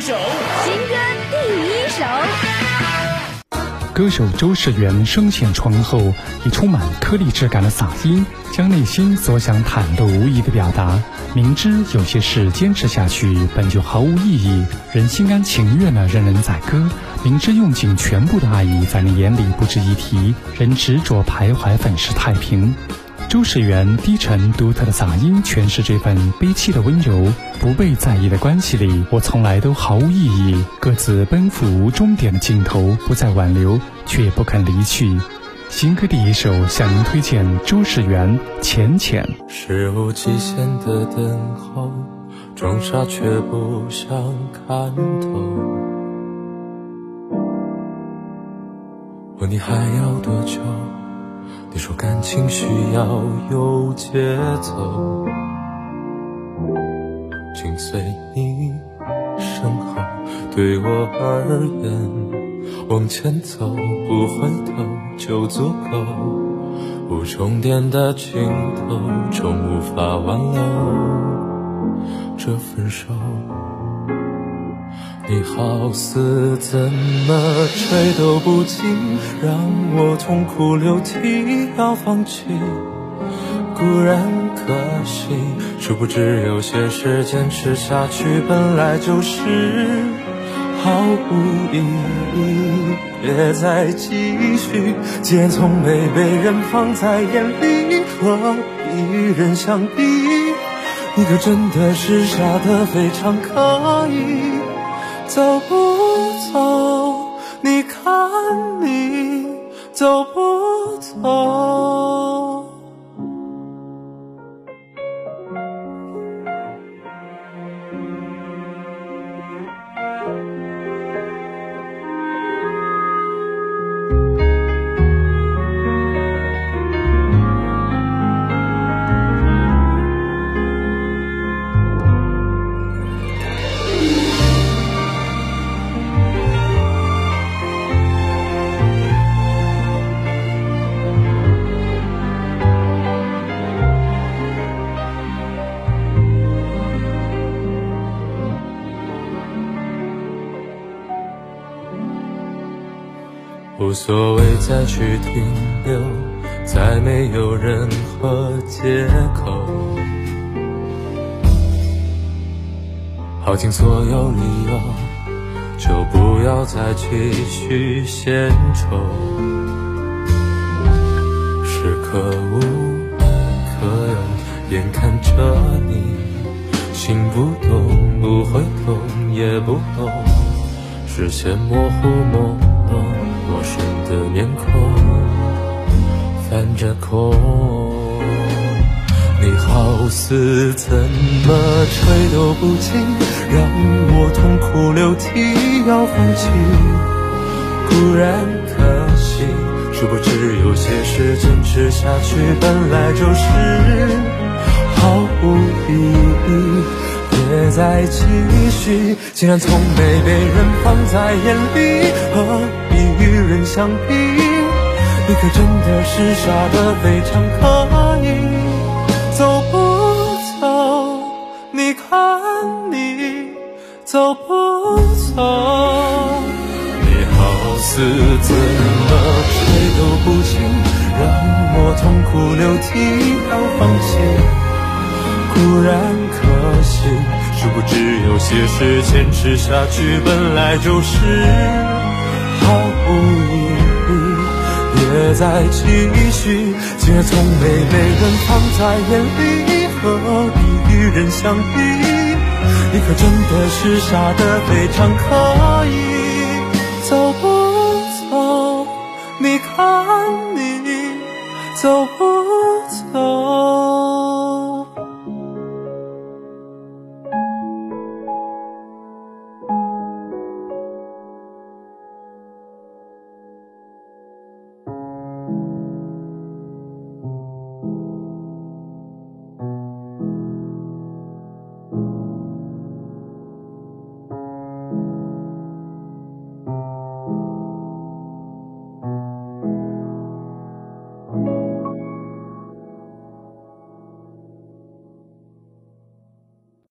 首，新歌第一首。 歌手周世源声线醇厚，以充满颗粒质感的嗓音，将内心所想袒露无遗的表达。明知有些事坚持下去本就毫无意义，仍心甘情愿地任人宰割。明知用尽全部的爱意在你眼里不值一提，仍执着徘徊粉饰太平。周世源低沉独特的嗓音诠释这份悲戚的温柔。不被在意的关系里，我从来都毫无意义，各自奔赴无终点的尽头，不再挽留，却也不肯离去。新歌第一首向您推荐周世源《浅浅》。 是无极限的等候，装傻却不想看透。问你还要多久？你说感情需要有节奏，紧随你身后，对我而言，往前走不回头就足够。无终点的尽头，终无法挽留这分手。你好似怎么吹都不进，让我痛哭流涕要放弃。固然可惜，殊不知有些事坚持下去本来就是毫无意义。别再继续，既然从没被人放在眼里，何必与人相比？你可真的是傻得非常可以。走不走？你看你走不走？无所谓再去停留，再没有任何借口，耗尽所有理由，就不要再继续献丑。是可无可有，眼看着你心不动，不会动也不懂，视线模糊朦胧，陌生的面孔泛着空。你好似怎么吹都不进，让我痛哭流涕要放弃。固然可惜，殊不知有些事坚持下去本来就是毫无意义。别再继续，既然从没被人放在眼里，何必与人相比？你可真的是傻得非常可以。走不走？你看你走不走？你好似怎么吹都不进，让我痛哭流涕要放弃。固然可惜，殊不知有些事坚持下去本来就是毫无意义。别再继续，既然从没被人放在眼里，何必与人相比？你可真的是傻得非常可以。走不走？你看你走不